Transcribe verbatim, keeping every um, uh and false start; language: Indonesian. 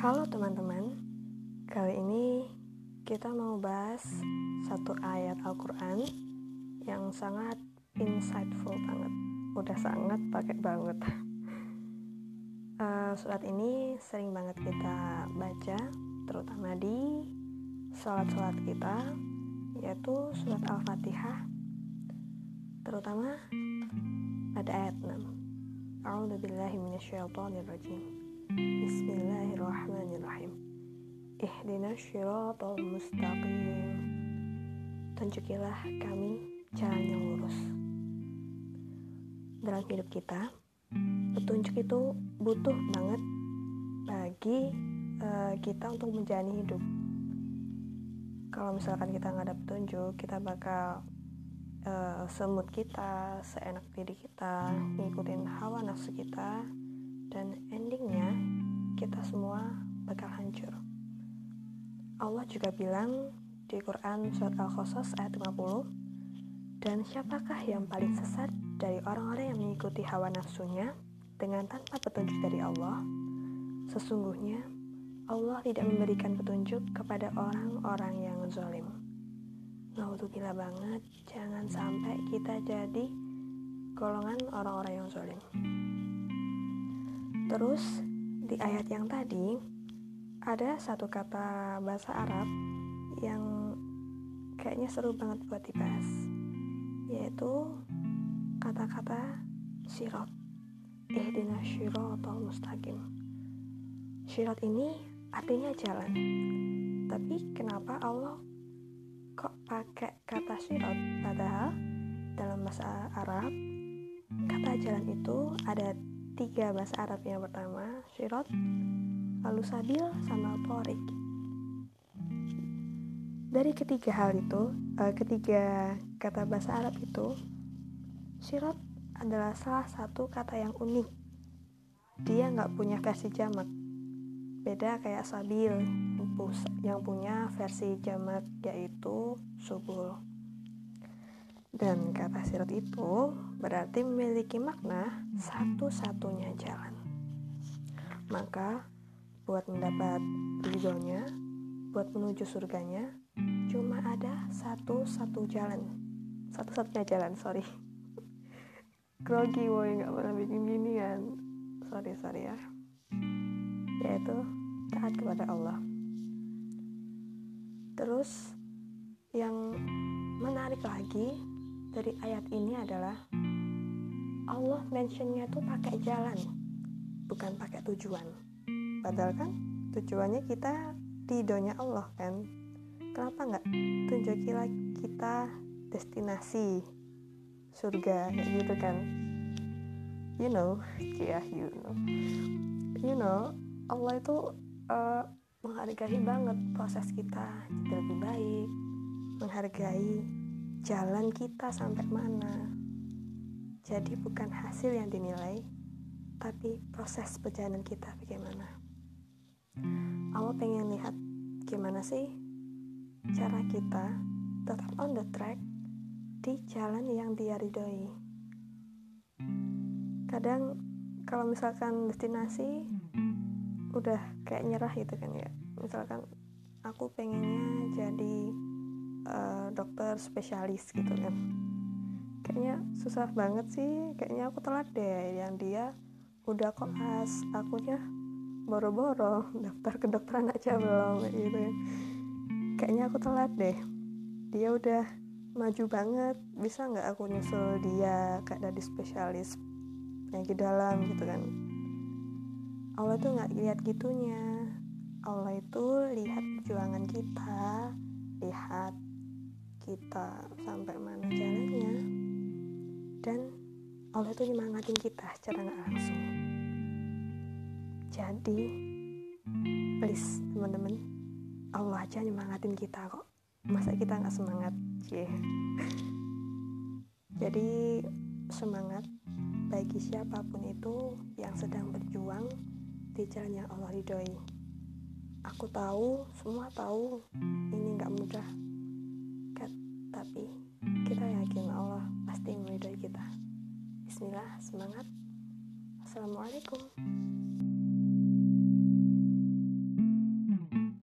Halo teman-teman, kali ini kita mau bahas satu ayat Al-Quran yang sangat insightful banget. Udah sangat pakai banget. uh, Surat ini sering banget kita baca, terutama di salat-salat kita, yaitu surat Al-Fatihah, terutama pada ayat enam. A'udzubillahi minasyaitonirrajim. Bismillahirrahmanirrahim. Ihdinas syiratal mustaqim. Tunjukilah kami jalan yang lurus. Dalam hidup kita, petunjuk itu butuh banget bagi uh, kita untuk menjalani hidup. Kalau misalkan kita nggak ada petunjuk, kita bakal uh, semut kita, seenak diri kita, ngikutin hawa nafsu kita, dan endingnya kita semua bakal hancur. Allah juga bilang di Quran surat Al-Qasas ayat lima puluh, dan siapakah yang paling sesat dari orang-orang yang mengikuti hawa nafsunya dengan tanpa petunjuk dari Allah? Sesungguhnya Allah tidak memberikan petunjuk kepada orang-orang yang zalim. Naudzubillah banget, jangan sampai kita jadi golongan orang-orang yang zalim. Terus di ayat yang tadi ada satu kata bahasa Arab yang kayaknya seru banget buat dibahas, yaitu kata-kata sirat. Ihdinas syiratal mustaqim. Sirat ini artinya jalan. Tapi kenapa Allah kok pakai kata sirat? Padahal dalam bahasa Arab kata jalan itu ada tiga bahasa Arab. Yang pertama sirat, lalu sabil, sama torik. Dari ketiga hal itu, uh, ketiga kata bahasa Arab itu, sirat adalah salah satu kata yang unik. Dia nggak punya versi jamak, beda kayak sabil yang punya versi jamak yaitu subul. Dan kata sirat itu berarti memiliki makna satu-satunya jalan. Maka buat mendapat ridhonya, buat menuju surganya, cuma ada satu-satu jalan. Satu-satunya jalan, sorry. Grogi woy, gak pernah bikin ginian. Sorry, sorry ya. Yaitu taat kepada Allah. Terus yang menarik lagi dari ayat ini adalah Allah mentionnya tuh pakai jalan, bukan pakai tujuan. Padahal kan tujuannya kita ridhonya Allah kan. Kenapa nggak tunjukilah kita destinasi surga kayak gitu kan? You know, yeah, you know, you know, Allah itu uh, menghargai banget proses kita jadi lebih baik, menghargai jalan kita sampai mana. Jadi bukan hasil yang dinilai, tapi proses perjalanan kita bagaimana. Allah pengen lihat gimana sih cara kita tetap on the track di jalan yang Dia ridhoi. Kadang kalau misalkan destinasi udah kayak nyerah gitu kan ya. Misalkan aku pengennya jadi uh, dokter spesialis gitu kan. Kayaknya susah banget sih, kayaknya aku telat deh. Yang dia udah koas, akunya boro-boro daftar kedokteran aja belum gitu ya. Kayaknya aku telat deh, dia udah maju banget, bisa nggak aku nyusul dia kayak dari spesialis penyakit dalam gitu kan. Allah tuh nggak lihat gitunya. Allah itu lihat perjuangan kita, lihat kita sampai mana jalannya, dan Allah itu nyemangatin kita secara nggak langsung. Jadi please teman-teman, Allah aja nyemangatin kita kok, masa kita nggak semangat? Cie. Jadi semangat bagi siapapun itu yang sedang berjuang di jalan yang Allah ridhoi. Aku tahu, semua tahu ini nggak mudah, tapi kita yakin Allah pasti meridhoi kita. Bismillah, semangat. Assalamualaikum.